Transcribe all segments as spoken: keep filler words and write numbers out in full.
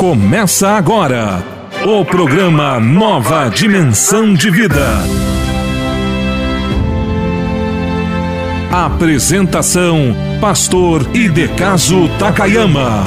Começa agora o programa Nova Dimensão de Vida. Apresentação: Pastor Idecaso Takayama.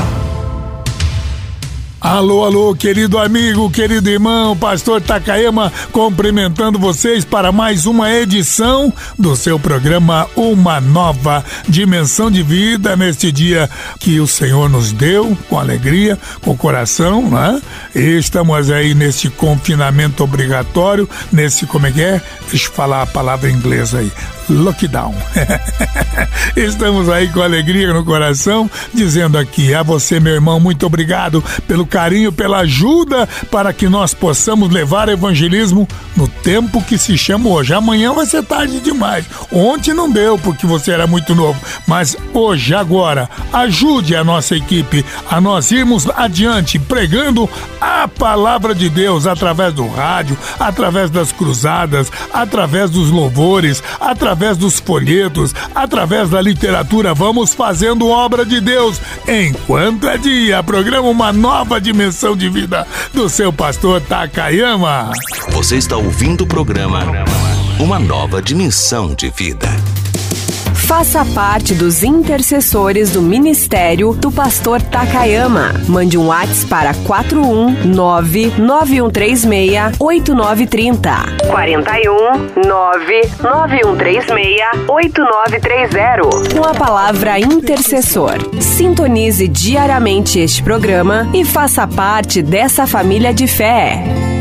Alô, alô, querido amigo, querido irmão, Pastor Takayama, cumprimentando vocês para mais uma edição do seu programa Uma Nova Dimensão de Vida, neste dia que o Senhor nos deu, com alegria, com coração, né? E estamos aí nesse confinamento obrigatório, nesse, como é que é? Deixa eu falar a palavra inglesa aí. Lockdown. Estamos aí com alegria no coração, dizendo aqui a você, meu irmão, muito obrigado pelo carinho, pela ajuda para que nós possamos levar evangelismo no tempo que se chama hoje. Amanhã vai ser tarde demais. Ontem não deu porque você era muito novo, mas hoje, agora, ajude a nossa equipe a nós irmos adiante pregando a palavra de Deus através do rádio, através das cruzadas, através dos louvores, através através dos folhetos, através da literatura. Vamos fazendo obra de Deus enquanto é dia. Programa Uma Nova Dimensão de Vida do seu pastor Takayama. Você está ouvindo o programa Uma Nova Dimensão de Vida. Faça parte dos intercessores do ministério do pastor Takayama. Mande um WhatsApp para quatro um nove nove um três seis oito nove três zero. quatro um nove nove um três seis oito nove três zero. Com a palavra intercessor. Sintonize diariamente este programa e faça parte dessa família de fé.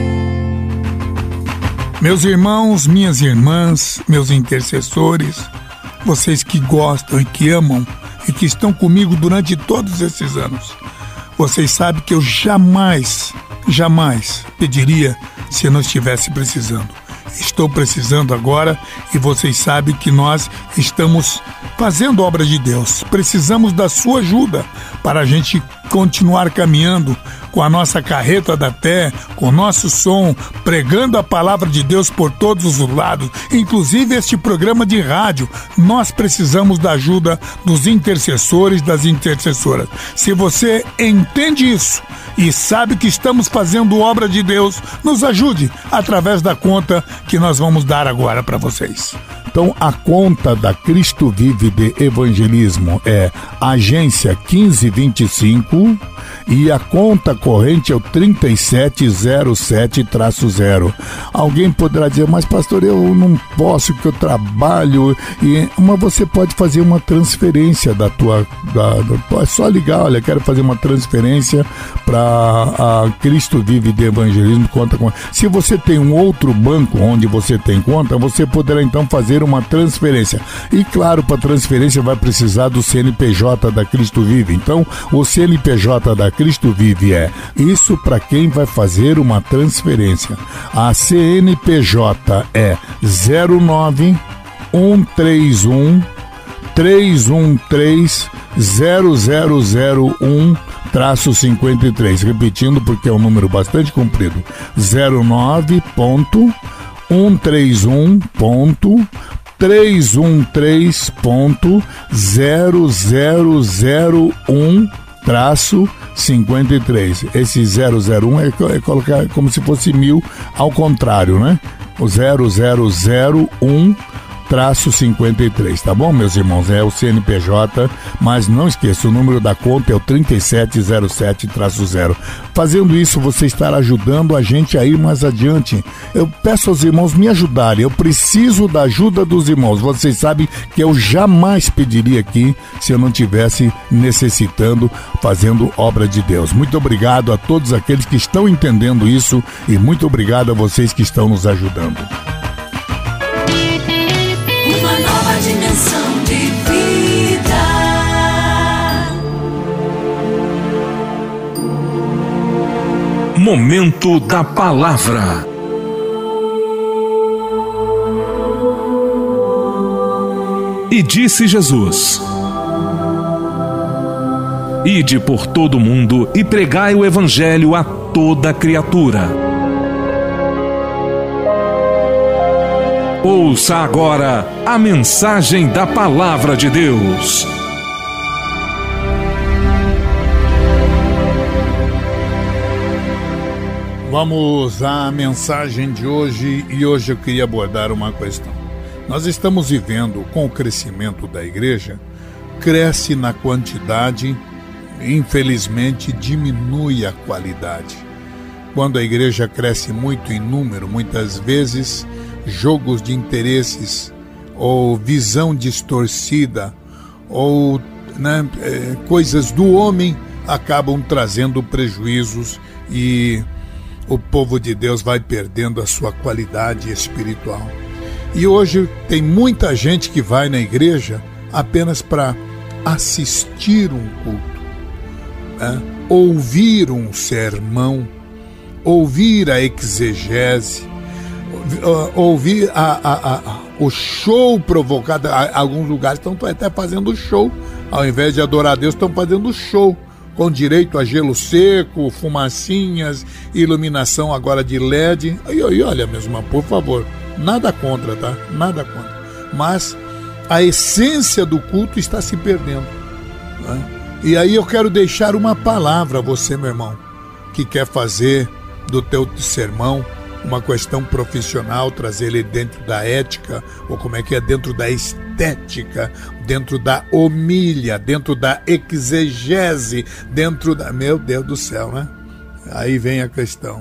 Meus irmãos, minhas irmãs, meus intercessores, vocês que gostam e que amam e que estão comigo durante todos esses anos, vocês sabem que eu jamais, jamais pediria se eu não estivesse precisando. Estou precisando agora e vocês sabem que nós estamos fazendo obra de Deus. Precisamos da sua ajuda para a gente continuar caminhando com a nossa carreta da fé, com o nosso som, pregando a palavra de Deus por todos os lados, inclusive este programa de rádio. Nós precisamos da ajuda dos intercessores, das intercessoras. Se você entende isso e sabe que estamos fazendo obra de Deus, nos ajude através da conta que nós vamos dar agora para vocês. Então, a conta da Cristo Vive de Evangelismo é agência quinze vinte e cinco e a conta corrente é o trinta e sete zero sete zero. Alguém poderá dizer, mas pastor, eu não posso porque eu trabalho. E, mas você pode fazer uma transferência da tua... Da, da, é só ligar, olha, quero fazer uma transferência para a Cristo Vive de Evangelismo. Conta com... Se você tem um outro banco onde você tem conta, você poderá então fazer uma transferência. E claro, para transferência vai precisar do C N P J da Cristo Vive. Então, o C N P J da Cristo Vive é isso para quem vai fazer uma transferência. A C N P J é zero nove um três um três um três zero zero zero um traço cinquenta e três. Repetindo porque é um número bastante comprido. zero nove um três um três um três zero zero zero um traço cinquenta e três. Esse zero zero um é, é colocar como se fosse mil ao contrário, né? O zero zero zero um traço cinquenta e três, tá bom, meus irmãos? É o C N P J, mas não esqueça, o número da conta é o trinta e sete zero sete zero. Fazendo isso, você estará ajudando a gente a ir mais adiante. Eu peço aos irmãos me ajudarem, eu preciso da ajuda dos irmãos. Vocês sabem que eu jamais pediria aqui se eu não tivesse necessitando, fazendo obra de Deus. Muito obrigado a todos aqueles que estão entendendo isso e muito obrigado a vocês que estão nos ajudando. Uma nova dimensão de vida. Momento da Palavra. E disse Jesus: Ide por todo o mundo e pregai o evangelho a toda criatura. Ouça agora a mensagem da Palavra de Deus. Vamos à mensagem de hoje e hoje eu queria abordar uma questão. Nós estamos vivendo com o crescimento da igreja, cresce na quantidade, infelizmente diminui a qualidade. Quando a igreja cresce muito em número, muitas vezes jogos de interesses ou visão distorcida ou né, é, coisas do homem acabam trazendo prejuízos e o povo de Deus vai perdendo a sua qualidade espiritual. E hoje tem muita gente que vai na igreja apenas para assistir um culto, né? Ouvir um sermão, ouvir a exegese, ouvir a, a, a, o show provocado. Alguns lugares estão até fazendo show, ao invés de adorar a Deus, estão fazendo show, com direito a gelo seco, fumacinhas, iluminação agora de L E D. E, e olha, meus irmãos, por favor, nada contra, tá? Nada contra. Mas a essência do culto está se perdendo, né? E aí eu quero deixar uma palavra a você, meu irmão, que quer fazer do teu sermão uma questão profissional, trazer ele dentro da ética, ou como é que é, dentro da estética, dentro da homília, dentro da exegese, dentro da... Meu Deus do céu, né? Aí vem a questão,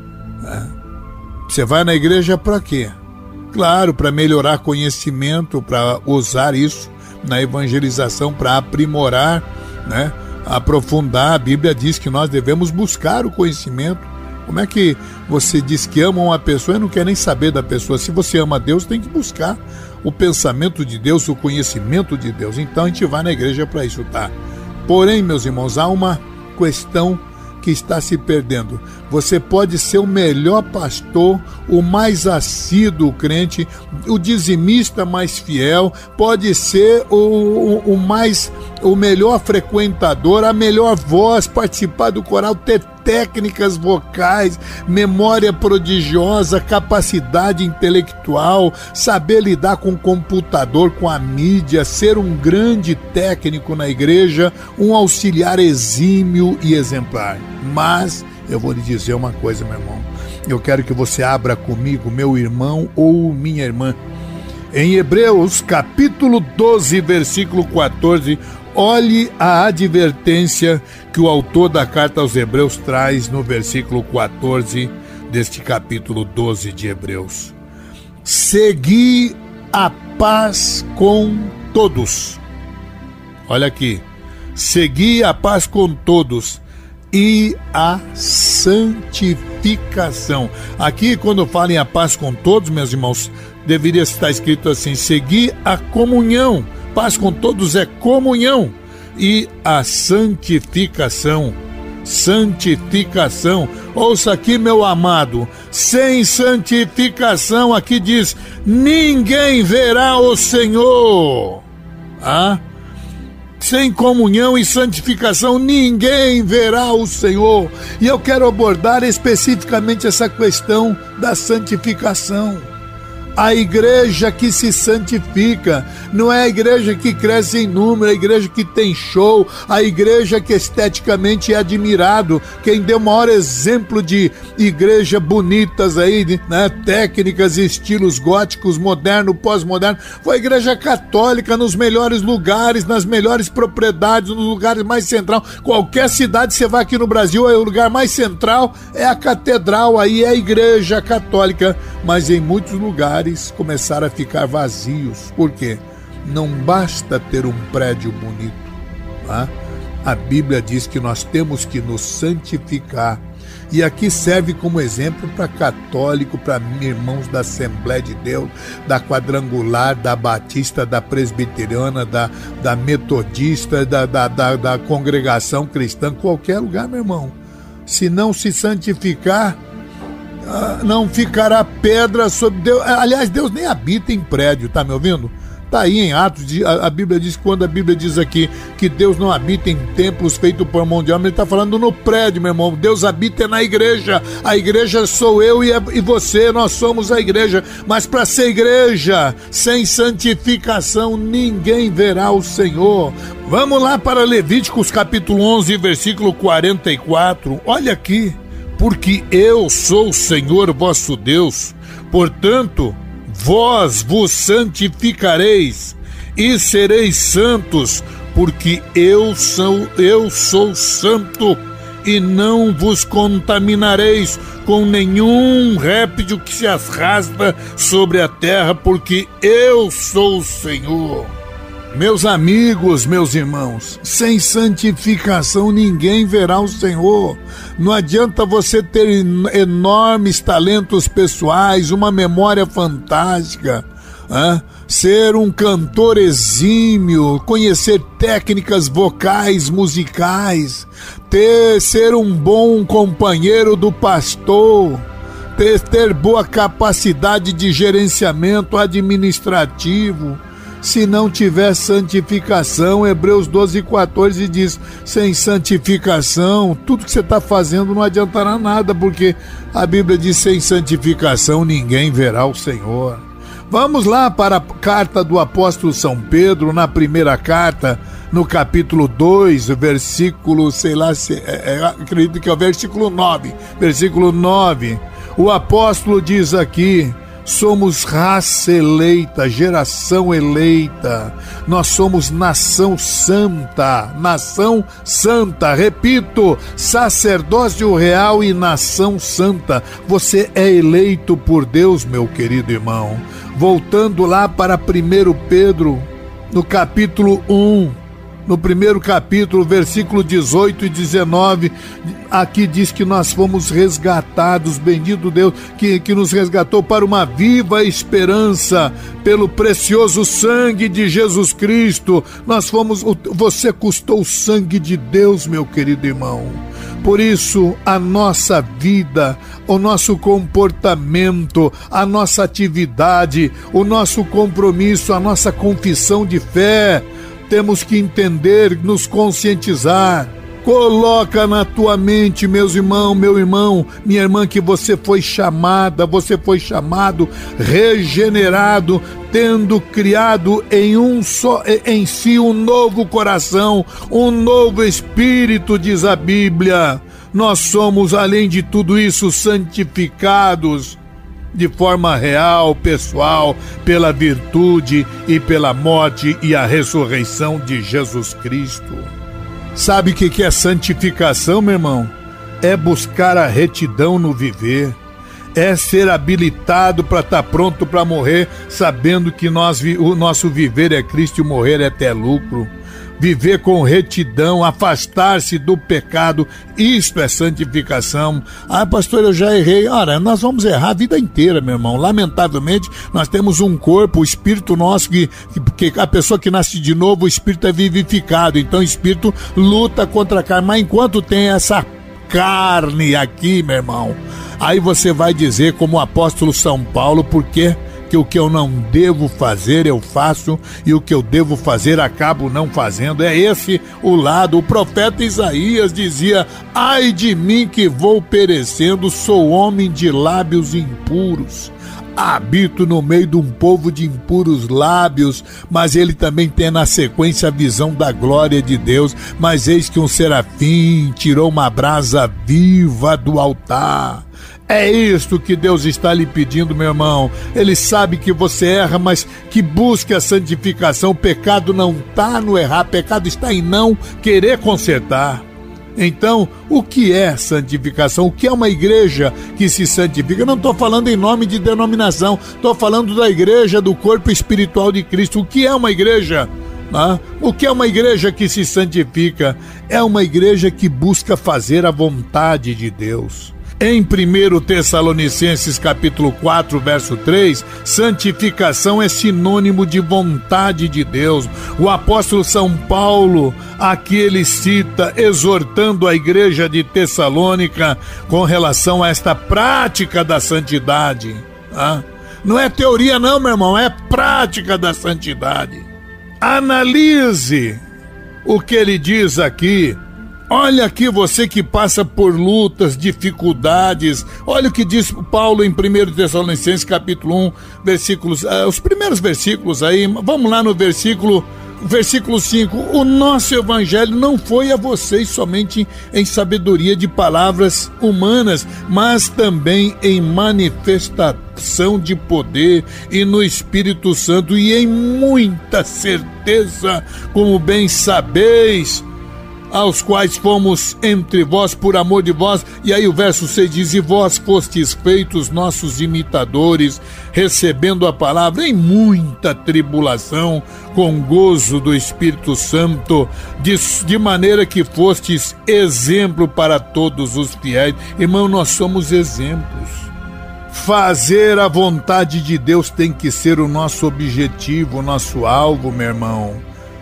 né? Você vai na igreja para quê? Claro, para melhorar conhecimento, para usar isso na evangelização, para aprimorar, né? Aprofundar. A Bíblia diz que nós devemos buscar o conhecimento. Como é que você diz que ama uma pessoa e não quer nem saber da pessoa? Se você ama Deus, tem que buscar o pensamento de Deus, o conhecimento de Deus. Então a gente vai na igreja para isso, tá? Porém, meus irmãos, há uma questão que está se perdendo. Você pode ser o melhor pastor, o mais assíduo crente, o dizimista mais fiel, pode ser o, o, o mais, o melhor frequentador, a melhor voz, participar do coral, ter técnicas vocais, memória prodigiosa, capacidade intelectual, saber lidar com o computador, com a mídia, ser um grande técnico na igreja, um auxiliar exímio e exemplar. Mas eu vou lhe dizer uma coisa, meu irmão. Eu quero que você abra comigo, meu irmão ou minha irmã, em Hebreus capítulo doze, versículo quatorze. Olhe a advertência que o autor da carta aos Hebreus traz no versículo quatorze deste capítulo doze de Hebreus. Segui a paz com todos. Olha aqui. Segui a paz com todos e a santificação. Aqui, quando fala em a paz com todos, meus irmãos, deveria estar escrito assim: segui a comunhão. Paz com todos é comunhão. E a santificação. Santificação. Ouça aqui, meu amado. Sem santificação, aqui diz, ninguém verá o Senhor. Ah? Sem comunhão e santificação, ninguém verá o Senhor. E eu quero abordar especificamente essa questão da santificação. A igreja que se santifica, não é a igreja que cresce em número, é a igreja que tem show, a igreja que esteticamente é admirado. Quem deu o maior exemplo de igreja bonitas aí, né, técnicas e estilos góticos, moderno, pós-moderno, foi a igreja católica, nos melhores lugares, nas melhores propriedades, nos lugares mais central. Qualquer cidade você vai aqui no Brasil, é o lugar mais central, é a catedral, aí é a igreja católica. Mas em muitos lugares começaram a ficar vazios. Por quê? Não basta ter um prédio bonito, tá? A Bíblia diz que nós temos que nos santificar. E aqui serve como exemplo para católico, para irmãos da Assembleia de Deus, da Quadrangular, da Batista, da Presbiteriana, da, da Metodista, da, da, da, da Congregação Cristã, qualquer lugar, meu irmão. Se não se santificar, não ficará pedra sobre Deus. Aliás, Deus nem habita em prédio, tá me ouvindo? Tá aí em Atos, a Bíblia diz, quando a Bíblia diz aqui que Deus não habita em templos feitos por mão de homem, ele tá falando no prédio, meu irmão. Deus habita na igreja. A igreja sou eu e, e você, nós somos a igreja. Mas para ser igreja sem santificação, ninguém verá o Senhor. Vamos lá para Levíticos capítulo onze, versículo quarenta e quatro. Olha aqui. porque eu sou o Senhor vosso Deus. Portanto, vós vos santificareis e sereis santos, porque eu sou, eu sou santo, e não vos contaminareis com nenhum réptil que se arrasta sobre a terra, porque eu sou o Senhor. Meus amigos, meus irmãos, sem santificação ninguém verá o Senhor. Não adianta você ter enormes talentos pessoais, uma memória fantástica, hein? Ser um cantor exímio, conhecer técnicas vocais, musicais, ter, ser um bom companheiro do pastor, ter, ter boa capacidade de gerenciamento administrativo. Se não tiver santificação, Hebreus doze, quatorze diz, sem santificação, tudo que você está fazendo não adiantará nada, porque a Bíblia diz, sem santificação ninguém verá o Senhor. Vamos lá para a carta do apóstolo São Pedro, na primeira carta, no capítulo dois, versículo, sei lá, se, é, é, acredito que é o versículo nove, versículo nove, o apóstolo diz aqui, somos raça eleita, geração eleita, nós somos nação santa, nação santa, repito, sacerdócio real e nação santa. Você é eleito por Deus, meu querido irmão. Voltando lá para primeiro Pedro, no capítulo um, no primeiro capítulo, versículo dezoito e dezenove, aqui diz que nós fomos resgatados, bendito Deus, que, que nos resgatou para uma viva esperança, pelo precioso sangue de Jesus Cristo. Nós fomos, você custou o sangue de Deus, meu querido irmão. Por isso, a nossa vida, o nosso comportamento, a nossa atividade, o nosso compromisso, a nossa confissão de fé, temos que entender, nos conscientizar. Coloca na tua mente, meus irmãos, meu irmão, minha irmã, que você foi chamada, você foi chamado, regenerado, tendo criado em um só, em si um novo coração, um novo espírito, diz a Bíblia. Nós somos, além de tudo isso, santificados de forma real, pessoal, pela virtude e pela morte e a ressurreição de Jesus Cristo. Sabe o que é santificação, meu irmão? É buscar a retidão no viver, é ser habilitado para estar pronto para morrer, sabendo que nós, o nosso viver é Cristo e o morrer é até lucro. Viver com retidão, afastar-se do pecado, isto é santificação. Ah, pastor, eu já errei. Ora, nós vamos errar a vida inteira, meu irmão. Lamentavelmente, nós temos um corpo, o espírito nosso, que, que a pessoa que nasce de novo, o espírito é vivificado. Então o espírito luta contra a carne. Mas enquanto tem essa carne aqui, meu irmão, aí você vai dizer, como o apóstolo São Paulo, por quê? Que o que eu não devo fazer eu faço, e o que eu devo fazer acabo não fazendo. É esse o lado. O profeta Isaías dizia, ai de mim que vou perecendo, sou homem de lábios impuros, habito no meio de um povo de impuros lábios. Mas ele também tem na sequência a visão da glória de Deus. Mas eis que um serafim tirou uma brasa viva do altar. É isto que Deus está lhe pedindo, meu irmão. Ele sabe que você erra, mas que busque a santificação. O pecado não está no errar, o pecado está em não querer consertar. Então, o que é santificação? O que é uma igreja que se santifica? Eu não estou falando em nome de denominação, estou falando da igreja, do corpo espiritual de Cristo. O que é uma igreja? Ah, o que é uma igreja que se santifica? É uma igreja que busca fazer a vontade de Deus. Em primeiro Tessalonicenses capítulo quatro, verso três, santificação é sinônimo de vontade de Deus. O apóstolo São Paulo, aqui ele cita, exortando a igreja de Tessalônica com relação a esta prática da santidade. Ah, não é teoria não, meu irmão, é prática da santidade. Analise o que ele diz aqui. Olha aqui você que passa por lutas, dificuldades. Olha o que diz Paulo em primeiro Tessalonicenses capítulo um, versículos, uh, os primeiros versículos aí. Vamos lá no versículo Versículo cinco, o nosso evangelho não foi a vocês somente em sabedoria de palavras humanas, mas também em manifestação de poder e no Espírito Santo e em muita certeza, como bem sabeis, aos quais fomos entre vós por amor de vós. E aí o verso seis diz, e vós fostes feitos nossos imitadores, recebendo a palavra em muita tribulação, com gozo do Espírito Santo, de, de maneira que fostes exemplo para todos os fiéis. Irmão, nós somos exemplos. Fazer a vontade de Deus tem que ser o nosso objetivo, o nosso alvo, meu irmão.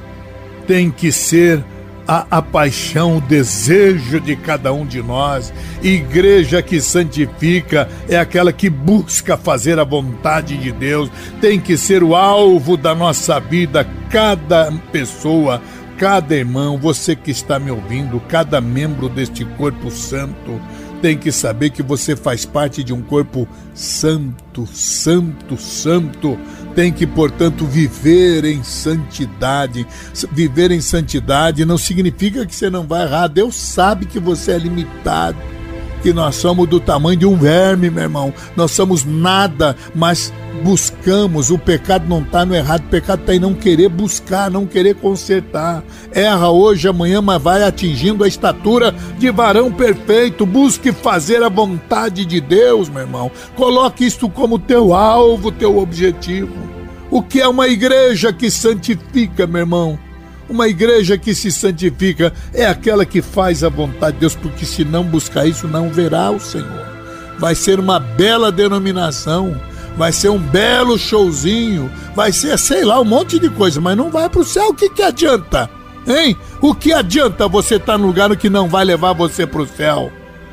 Tem que ser A, a paixão, o desejo de cada um de nós. Igreja que santifica é aquela que busca fazer a vontade de Deus. Tem que ser o alvo da nossa vida. Cada pessoa, cada irmão, você que está me ouvindo, cada membro deste corpo santo, tem que saber que você faz parte de um corpo santo, santo, santo. Tem que, portanto, viver em santidade. Viver em santidade não significa que você não vai errar. Deus sabe que você é limitado, que nós somos do tamanho de um verme, meu irmão. Nós somos nada, mas buscamos. O pecado não está no errado, o pecado está em não querer buscar, não querer consertar. Erra hoje, amanhã, mas vai atingindo a estatura de varão perfeito. Busque fazer a vontade de Deus, meu irmão. Coloque isto como teu alvo, teu objetivo. O que é uma igreja que santifica, meu irmão? Uma igreja que se santifica é aquela que faz a vontade de Deus, porque se não buscar isso, não verá o Senhor. Vai ser uma bela denominação, vai ser um belo showzinho, vai ser, sei lá, um monte de coisa, mas não vai para o céu. O que que adianta? Hein? O que adianta você estar no lugar que não vai levar você para o céu?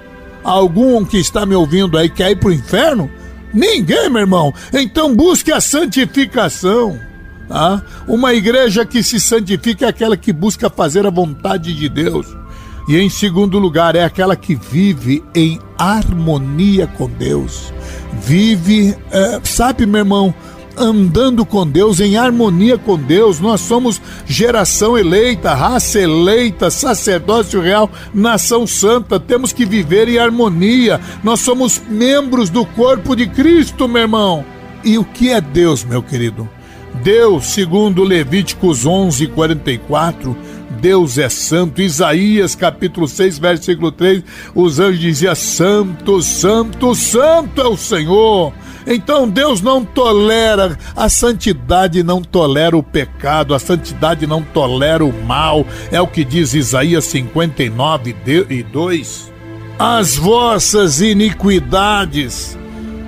Algum que está me ouvindo aí quer ir para o inferno? Ninguém, meu irmão. Então busque a santificação. Ah, uma igreja que se santifica é aquela que busca fazer a vontade de Deus. E em segundo lugar, é aquela que vive em harmonia com Deus. Vive, é, sabe, meu irmão, andando com Deus, em harmonia com Deus. Nós somos geração eleita, raça eleita, sacerdócio real, nação santa. Temos que viver em harmonia. Nós somos membros do corpo de Cristo, meu irmão. E o que é Deus, meu querido? Deus, segundo Levíticos onze, quarenta e quatro, Deus é santo. Isaías capítulo seis, versículo três, os anjos diziam, santo, santo, santo é o Senhor. Então Deus não tolera, a santidade não tolera o pecado, a santidade não tolera o mal. É o que diz Isaías cinquenta e nove, e dois. As vossas iniquidades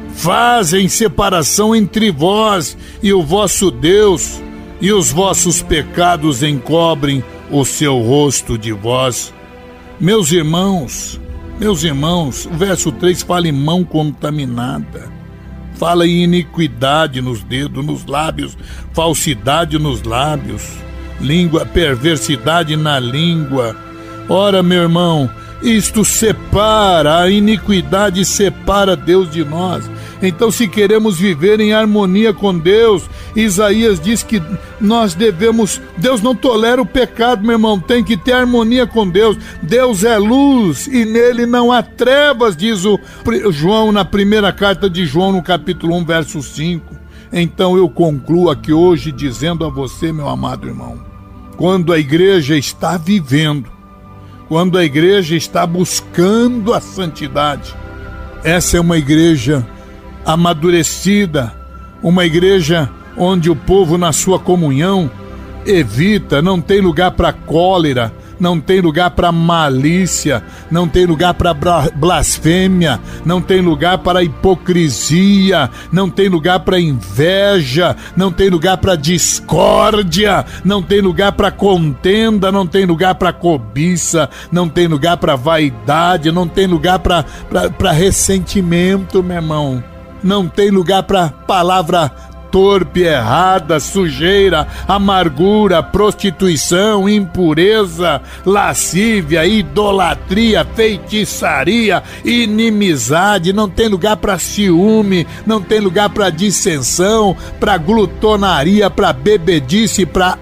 fazem separação entre vós e o vosso Deus, e os vossos pecados encobrem o seu rosto de vós. Meus irmãos, meus irmãos, o verso três fala em mão contaminada, fala em iniquidade nos dedos, nos lábios, falsidade nos lábios, língua, perversidade na língua. Ora, meu irmão, isto separa, a iniquidade separa Deus de nós. Então, se queremos viver em harmonia com Deus, Isaías diz que nós devemos, Deus não tolera o pecado, meu irmão, tem que ter harmonia com Deus. Deus é luz e nele não há trevas, diz o João na primeira carta de João, no capítulo um, verso cinco. Então eu concluo aqui hoje dizendo a você, meu amado irmão, quando a igreja está vivendo, quando a igreja está buscando a santidade, essa é uma igreja amadurecida, uma igreja onde o povo na sua comunhão evita, não tem lugar para cólera, não tem lugar para malícia, não tem lugar para blasfêmia, não tem lugar para hipocrisia, não tem lugar para inveja, não tem lugar para discórdia, não tem lugar para contenda, não tem lugar para cobiça, não tem lugar para vaidade, não tem lugar para ressentimento, meu irmão. Não tem lugar para palavra torpe, errada, sujeira, amargura, prostituição, impureza, lascívia, idolatria, feitiçaria, inimizade. Não tem lugar para ciúme, não tem lugar para dissensão, para glutonaria, para bebedice, para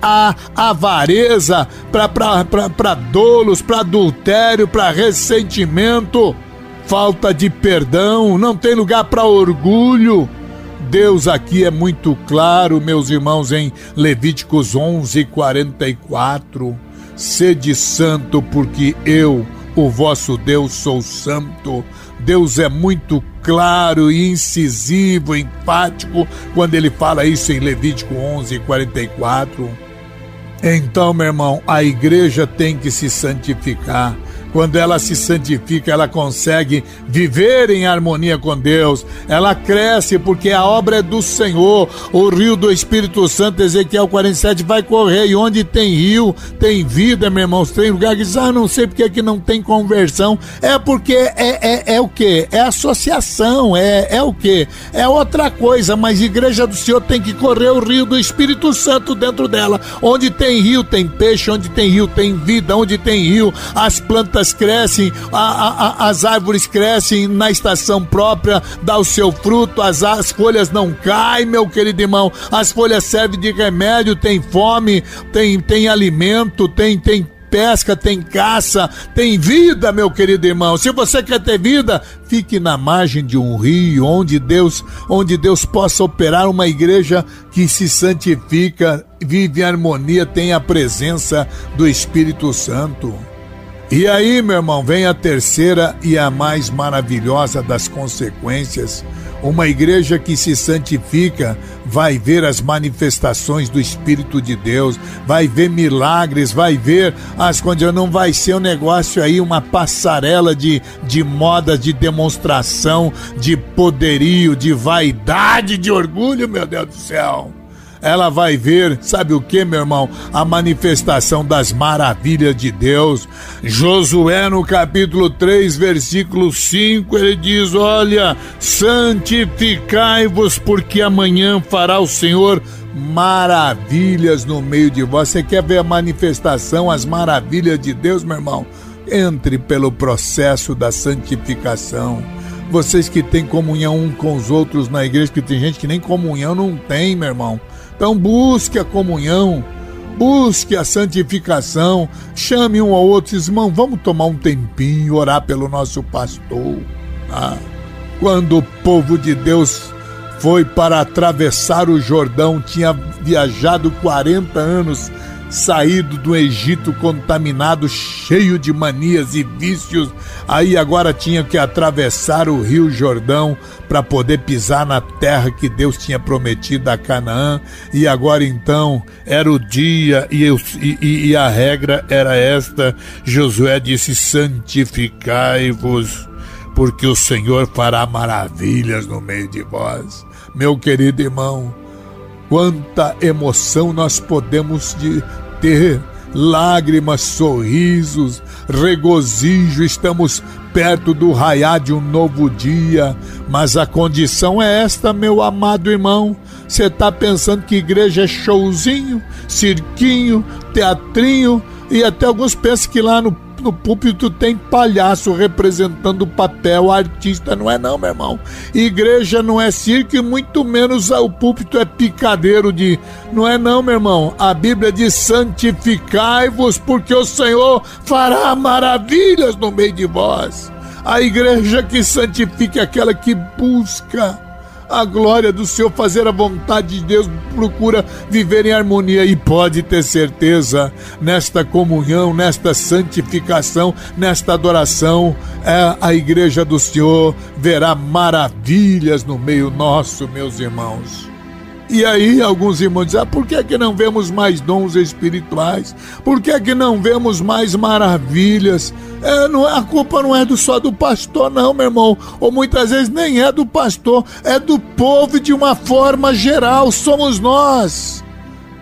avareza, para dolos, para adultério, para ressentimento, falta de perdão. Não tem lugar para orgulho. Deus aqui é muito claro, meus irmãos, em Levíticos onze, quarenta e quatro. Sede santo, porque eu, o vosso Deus, sou santo. Deus é muito claro e incisivo, enfático, quando ele fala isso em Levítico onze, quarenta e quatro. Então, meu irmão, a igreja tem que se santificar. Quando ela se santifica, ela consegue viver em harmonia com Deus. Ela cresce porque a obra é do Senhor. O rio do Espírito Santo, Ezequiel quarenta e sete, vai correr. E onde tem rio, tem vida, meu irmão. Tem lugar que diz, ah, não sei porque é que não tem conversão. É porque é, é, é o quê? É associação, é, é o quê? É outra coisa, mas a igreja do Senhor tem que correr o rio do Espírito Santo dentro dela. Onde tem rio, tem peixe. Onde tem rio, tem vida. Onde tem rio, as plantas crescem, a, a, as árvores crescem na estação própria, dá o seu fruto, as, as folhas não caem, meu querido irmão, as folhas servem de remédio, tem fome, tem, tem alimento, tem, tem pesca, tem caça, tem vida, meu querido irmão. Se você quer ter vida, fique na margem de um rio, onde Deus, onde Deus possa operar uma igreja que se santifica, vive em harmonia, tem a presença do Espírito Santo. E aí, meu irmão, vem a terceira e a mais maravilhosa das consequências. Uma igreja que se santifica vai ver as manifestações do Espírito de Deus, vai ver milagres, vai ver as condições. Não vai ser um negócio aí, uma passarela de, de moda, de demonstração, de poderio, de vaidade, de orgulho, meu Deus do céu. Ela vai ver, sabe o que, meu irmão? A manifestação das maravilhas de Deus. Josué, no capítulo três, versículo cinco, ele diz, olha, santificai-vos, porque amanhã fará o Senhor maravilhas no meio de vós. Você quer ver a manifestação, as maravilhas de Deus, meu irmão? Entre pelo processo da santificação. Vocês que têm comunhão um com os outros na igreja, que tem gente que nem comunhão não tem, meu irmão. Então busque a comunhão, busque a santificação, chame um ao outro, diz, irmão, vamos tomar um tempinho, orar pelo nosso pastor. Ah, quando o povo de Deus foi para atravessar o Jordão, tinha viajado quarenta anos, saído do Egito contaminado, cheio de manias e vícios, aí agora tinha que atravessar o rio Jordão para poder pisar na terra que Deus tinha prometido a Canaã, e agora então era o dia e, eu, e, e a regra era esta. Josué disse, santificai-vos, porque o Senhor fará maravilhas no meio de vós. Meu querido irmão, quanta emoção nós podemos de ter, lágrimas, sorrisos, regozijo, estamos perto do raiar de um novo dia, mas a condição é esta, meu amado irmão. Você está pensando que igreja é showzinho, cirquinho, teatrinho, e até alguns pensam que lá no No púlpito tem palhaço representando o papel artista. Não é não, meu irmão. Igreja não é circo e muito menos o púlpito é picadeiro de... Não é não, meu irmão. A Bíblia diz, santificai-vos, porque o Senhor fará maravilhas no meio de vós. A igreja que santifica é aquela que busca a glória do Senhor, fazer a vontade de Deus, procura viver em harmonia, e pode ter certeza, nesta comunhão, nesta santificação, nesta adoração, é, a igreja do Senhor verá maravilhas no meio nosso, meus irmãos. E aí alguns irmãos dizem, ah, por que é que não vemos mais dons espirituais? Por que é que não vemos mais maravilhas? É, não, a culpa não é do, só do pastor não, meu irmão, ou muitas vezes nem é do pastor, é do povo de uma forma geral, somos nós.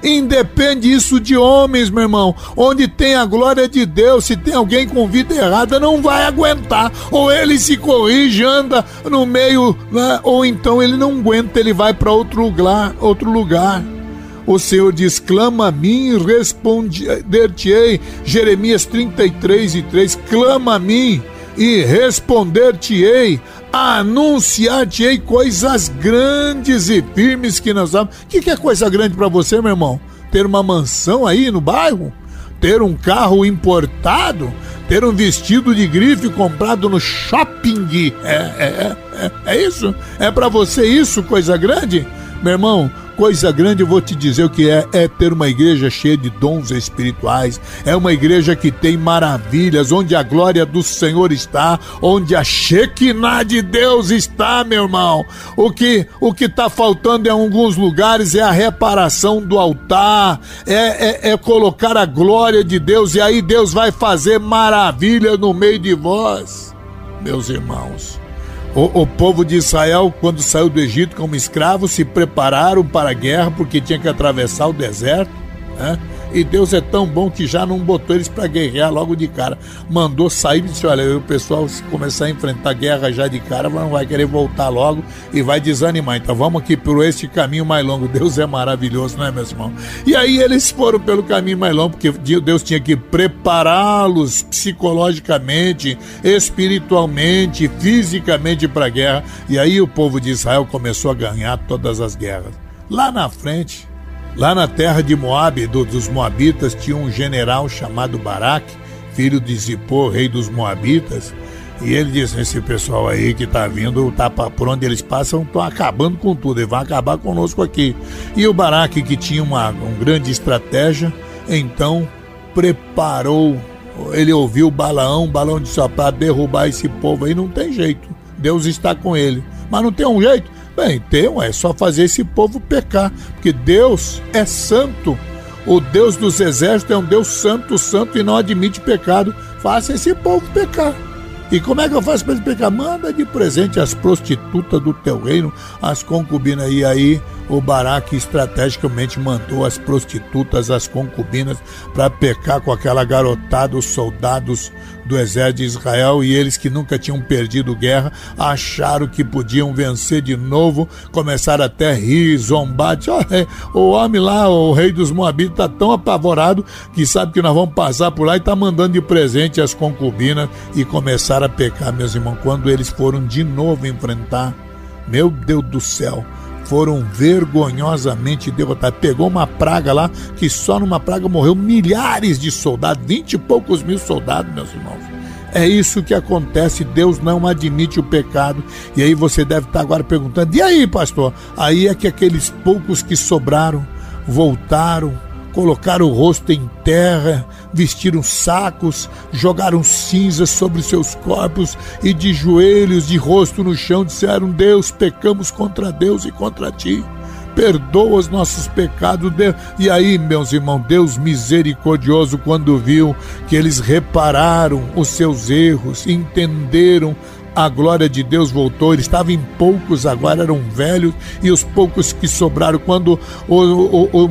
Independe isso de homens, meu irmão. Onde tem a glória de Deus, se tem alguém com vida errada, não vai aguentar. Ou ele se corrige, anda no meio, né? Ou então ele não aguenta, ele vai para outro lugar, outro lugar. O Senhor diz, clama a mim e responder-te-ei. Jeremias trinta e três e três, clama a mim e responder-te-ei, anunciar-te-ei coisas grandes e firmes que nós sabemos. O que, que é coisa grande para você, meu irmão? Ter uma mansão aí no bairro? Ter um carro importado? Ter um vestido de grife comprado no shopping? É, é, é, é isso? É para você isso, coisa grande? Meu irmão, coisa grande, eu vou te dizer o que é, é ter uma igreja cheia de dons espirituais, é uma igreja que tem maravilhas, onde a glória do Senhor está, onde a Shekinah de Deus está, meu irmão. O que o que está faltando em alguns lugares é a reparação do altar, é, é, é colocar a glória de Deus, e aí Deus vai fazer maravilha no meio de vós, meus irmãos. O, o povo de Israel, quando saiu do Egito como escravo, se prepararam para a guerra porque tinha que atravessar o deserto, né? E Deus é tão bom que já não botou eles para guerrear logo de cara. Mandou sair e disse, olha, o pessoal se começar a enfrentar a guerra já de cara, não vai querer voltar logo e vai desanimar. Então vamos aqui por este caminho mais longo. Deus é maravilhoso, não é, meus irmãos? E aí eles foram pelo caminho mais longo, porque Deus tinha que prepará-los psicologicamente, espiritualmente, fisicamente para a guerra. E aí o povo de Israel começou a ganhar todas as guerras. Lá na frente, lá na terra de Moabe, do, dos Moabitas, tinha um general chamado Baraque, filho de Zippor, rei dos Moabitas, e ele disse, esse pessoal aí que tá vindo, tá pra, por onde eles passam, estão acabando com tudo, eles vão acabar conosco aqui. E o Baraque, que tinha uma, uma grande estratégia, então preparou, ele ouviu Balaão, Balaão disse, ó, para derrubar esse povo aí não tem jeito, Deus está com ele, mas não tem um jeito. Bem, então é só fazer esse povo pecar, porque Deus é santo, o Deus dos exércitos é um Deus santo, santo e não admite pecado. Faça esse povo pecar. E como é que eu faço para eles pecar? Manda de presente as prostitutas do teu reino, as concubinas. E aí o Baraque estrategicamente mandou as prostitutas, as concubinas, para pecar com aquela garotada, os soldados do exército de Israel, e eles que nunca tinham perdido guerra, acharam que podiam vencer de novo, começaram até a rir, zombar, disse, olha, o homem lá, o rei dos Moabitas, está tão apavorado que sabe que nós vamos passar por lá e está mandando de presente as concubinas, e começaram a pecar, meus irmãos. Quando eles foram de novo enfrentar, meu Deus do céu, foram vergonhosamente derrotados. Pegou uma praga lá, que só numa praga morreu milhares de soldados, vinte e poucos mil soldados, meus irmãos. É isso que acontece, Deus não admite o pecado. E aí você deve estar agora perguntando, e aí, pastor? Aí é que aqueles poucos que sobraram, voltaram, colocaram o rosto em terra, vestiram sacos, jogaram cinzas sobre seus corpos e de joelhos, de rosto no chão, disseram, Deus, pecamos contra Deus e contra ti. Perdoa os nossos pecados, Deus. E aí, meus irmãos, Deus misericordioso, quando viu que eles repararam os seus erros, entenderam, a glória de Deus voltou. Eles estavam em poucos, agora eram velhos, e os poucos que sobraram, quando o, o, o,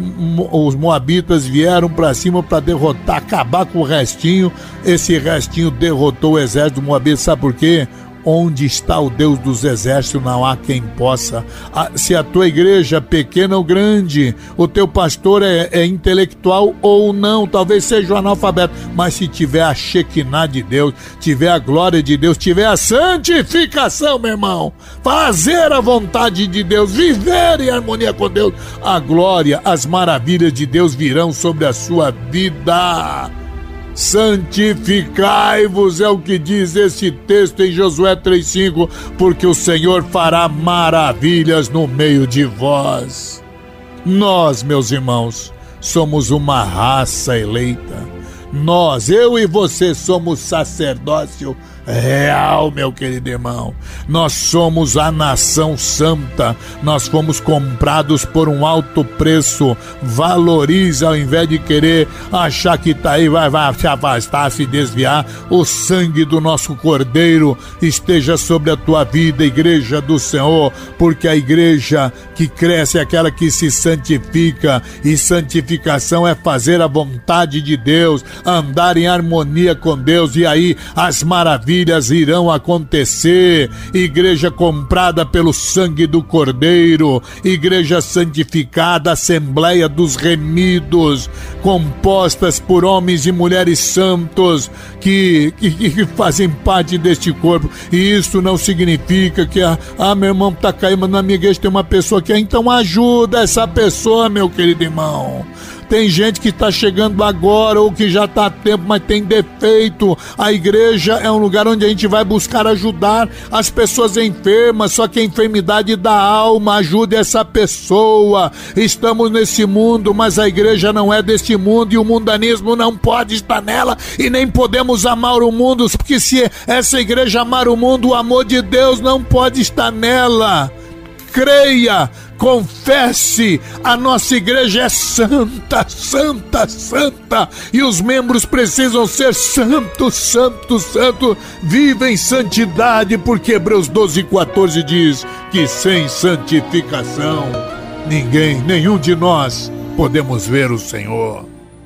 o, os moabitas vieram para cima para derrotar, acabar com o restinho, esse restinho derrotou o exército do moabita. Sabe por quê? Onde está o Deus dos exércitos, não há quem possa. Se a tua igreja, pequena ou grande, o teu pastor é, é intelectual ou não, talvez seja um analfabeto, mas se tiver a Shekinah de Deus, tiver a glória de Deus, tiver a santificação, meu irmão, fazer a vontade de Deus, viver em harmonia com Deus, a glória, as maravilhas de Deus virão sobre a sua vida. Santificai-vos, é o que diz esse texto em Josué três, cinco, porque o Senhor fará maravilhas no meio de vós. Nós, meus irmãos, somos uma raça eleita. Nós, eu e você, somos sacerdócio real, meu querido irmão. Nós somos a nação santa, nós fomos comprados por um alto preço. Valorize ao invés de querer achar que tá aí, vai, vai se afastar, se desviar. O sangue do nosso Cordeiro esteja sobre a tua vida, igreja do Senhor, porque a igreja que cresce é aquela que se santifica, e santificação é fazer a vontade de Deus, andar em harmonia com Deus, e aí as maravilhas irão acontecer. Igreja comprada pelo sangue do Cordeiro, igreja santificada, Assembleia dos Remidos, compostas por homens e mulheres santos que, que, que fazem parte deste corpo. E isso não significa que ah, ah meu irmão tá caindo na minha igreja, tem uma pessoa que então ajuda essa pessoa, meu querido irmão. Tem gente que está chegando agora ou que já está há tempo, mas tem defeito. A igreja é um lugar onde a gente vai buscar ajudar as pessoas enfermas, só que a enfermidade da alma, ajude essa pessoa. Estamos nesse mundo, mas a igreja não é deste mundo e o mundanismo não pode estar nela, e nem podemos amar o mundo, porque se essa igreja amar o mundo, o amor de Deus não pode estar nela. Creia, confesse, a nossa igreja é santa, santa, santa, e os membros precisam ser santos, santos, santos. Viva em santidade, porque Hebreus doze, quatorze diz que sem santificação ninguém, nenhum de nós podemos ver o Senhor.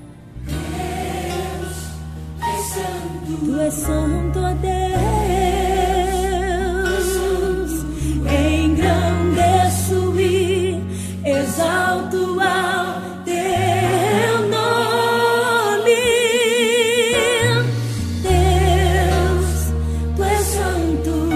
Tu és santo, ó Deus, engrandeço e exalto ao teu nome. Deus, tu és santo,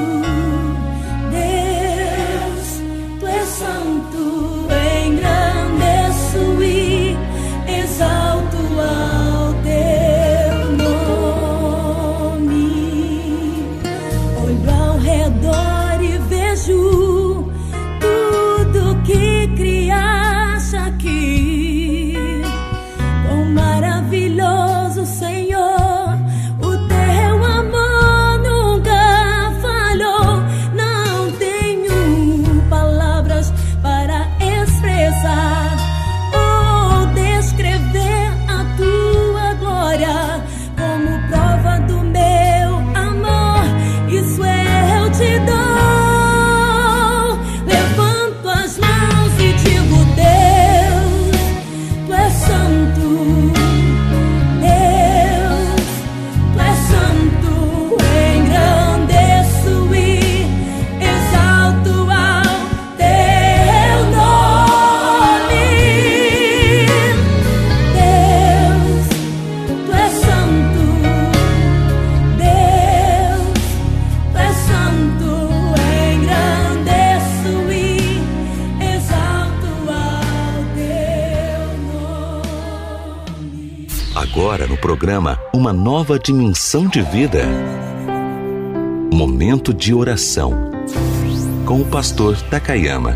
Deus, tu és santo, engrandeço e exalto ao teu nome. Olho ao redor e vejo tudo que criaste aqui. Quão maravilhoso, Senhor, o teu amor nunca falhou. Não tenho palavras para expressar ou descrever a tua glória. Como prova do meu amor, isso eu te dou. Levanto as mãos e digo: Deus, tu és santo. Deus, tu és santo. Engrandeço e exalto ao teu nome. Deus, tu és santo. Deus, tu és santo. Engrandeço e exalto ao teu nome. Agora no programa Uma Nova Dimensão de Vida. Momento de oração com o pastor Takayama.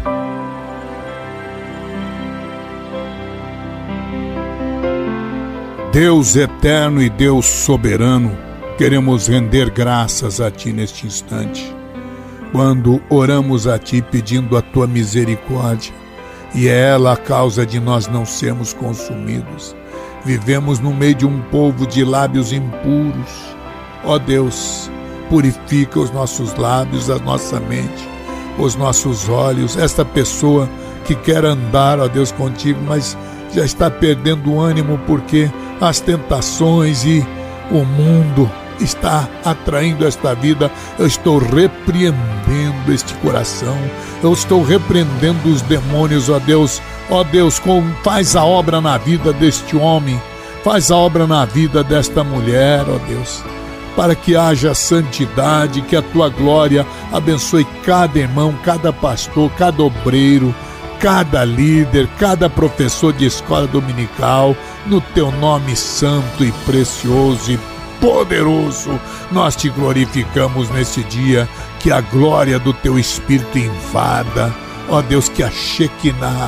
Deus eterno e Deus soberano, queremos render graças a Ti neste instante, quando oramos a Ti pedindo a Tua misericórdia, e é ela a causa de nós não sermos consumidos. Vivemos no meio de um povo de lábios impuros. Ó Deus, purifica os nossos lábios, a nossa mente, os nossos olhos. Esta pessoa que quer andar, ó Deus, contigo, mas já está perdendo o ânimo porque as tentações e o mundo está atraindo esta vida. Eu estou repreendendo este coração, eu estou repreendendo os demônios, ó Deus. Ó Deus, com, faz a obra na vida deste homem, faz a obra na vida desta mulher, ó Deus, para que haja santidade, que a Tua glória abençoe cada irmão, cada pastor, cada obreiro, cada líder, cada professor de escola dominical. No Teu nome santo e precioso e poderoso, nós Te glorificamos nesse dia. Que a glória do Teu Espírito invada, ó Deus, que a Shekinah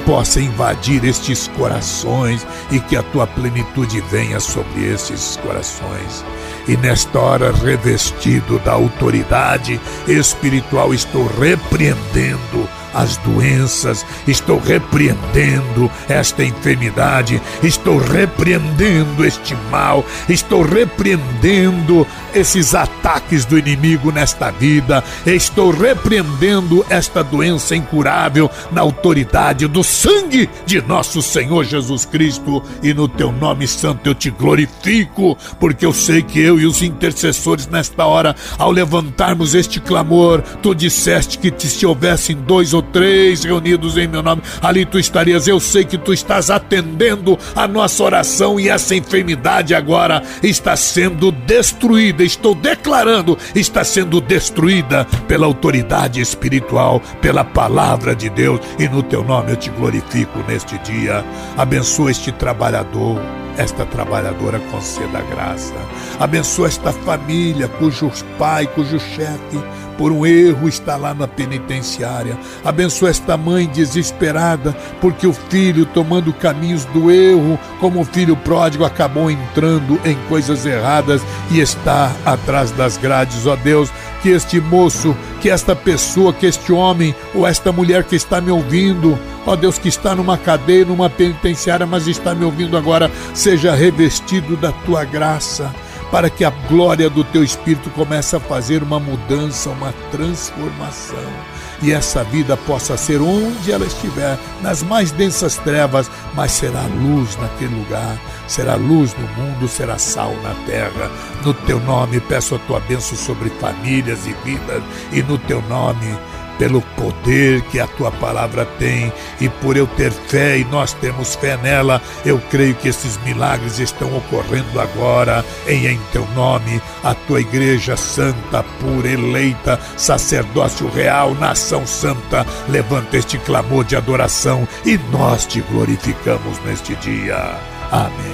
possa invadir estes corações e que a tua plenitude venha sobre estes corações. E nesta hora, revestido da autoridade espiritual, estou repreendendo as doenças, estou repreendendo esta enfermidade, estou repreendendo este mal, estou repreendendo esses ataques do inimigo nesta vida, estou repreendendo esta doença incurável na autoridade do sangue de nosso Senhor Jesus Cristo, e no teu nome santo eu te glorifico, porque eu sei que eu e os intercessores nesta hora, ao levantarmos este clamor, tu disseste que te, se houvessem dois ou três reunidos em meu nome, ali tu estarias. Eu sei que tu estás atendendo a nossa oração, e essa enfermidade agora está sendo destruída, estou declarando, está sendo destruída pela autoridade espiritual, pela palavra de Deus, e no teu nome eu te glorifico neste dia. Abençoa este trabalhador, esta trabalhadora, conceda graça. Abençoa esta família cujo pai, cujo chefe por um erro está lá na penitenciária. Abençoa esta mãe desesperada porque o filho, tomando caminhos do erro, como o filho pródigo, acabou entrando em coisas erradas e está atrás das grades. Ó Deus, que este moço, que esta pessoa, que este homem ou esta mulher que está me ouvindo, ó Deus, que está numa cadeia, numa penitenciária, mas está me ouvindo agora, seja revestido da tua graça, para que a glória do teu Espírito comece a fazer uma mudança, uma transformação, e essa vida possa ser onde ela estiver, nas mais densas trevas, mas será luz naquele lugar, será luz no mundo, será sal na terra. No teu nome peço a tua bênção sobre famílias e vidas, e no teu nome, pelo poder que a tua palavra tem, e por eu ter fé e nós temos fé nela, eu creio que esses milagres estão ocorrendo agora, em, em teu nome. A tua igreja santa, pura, eleita, sacerdócio real, nação santa, levanta este clamor de adoração e nós te glorificamos neste dia. Amém.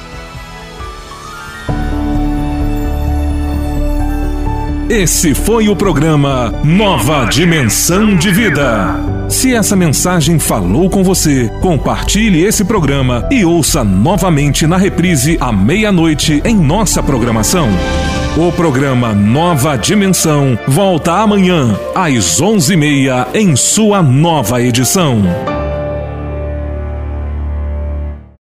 Esse foi o programa Nova Dimensão de Vida. Se essa mensagem falou com você, compartilhe esse programa e ouça novamente na reprise à meia-noite em nossa programação. O programa Nova Dimensão volta amanhã às onze e meia em sua nova edição.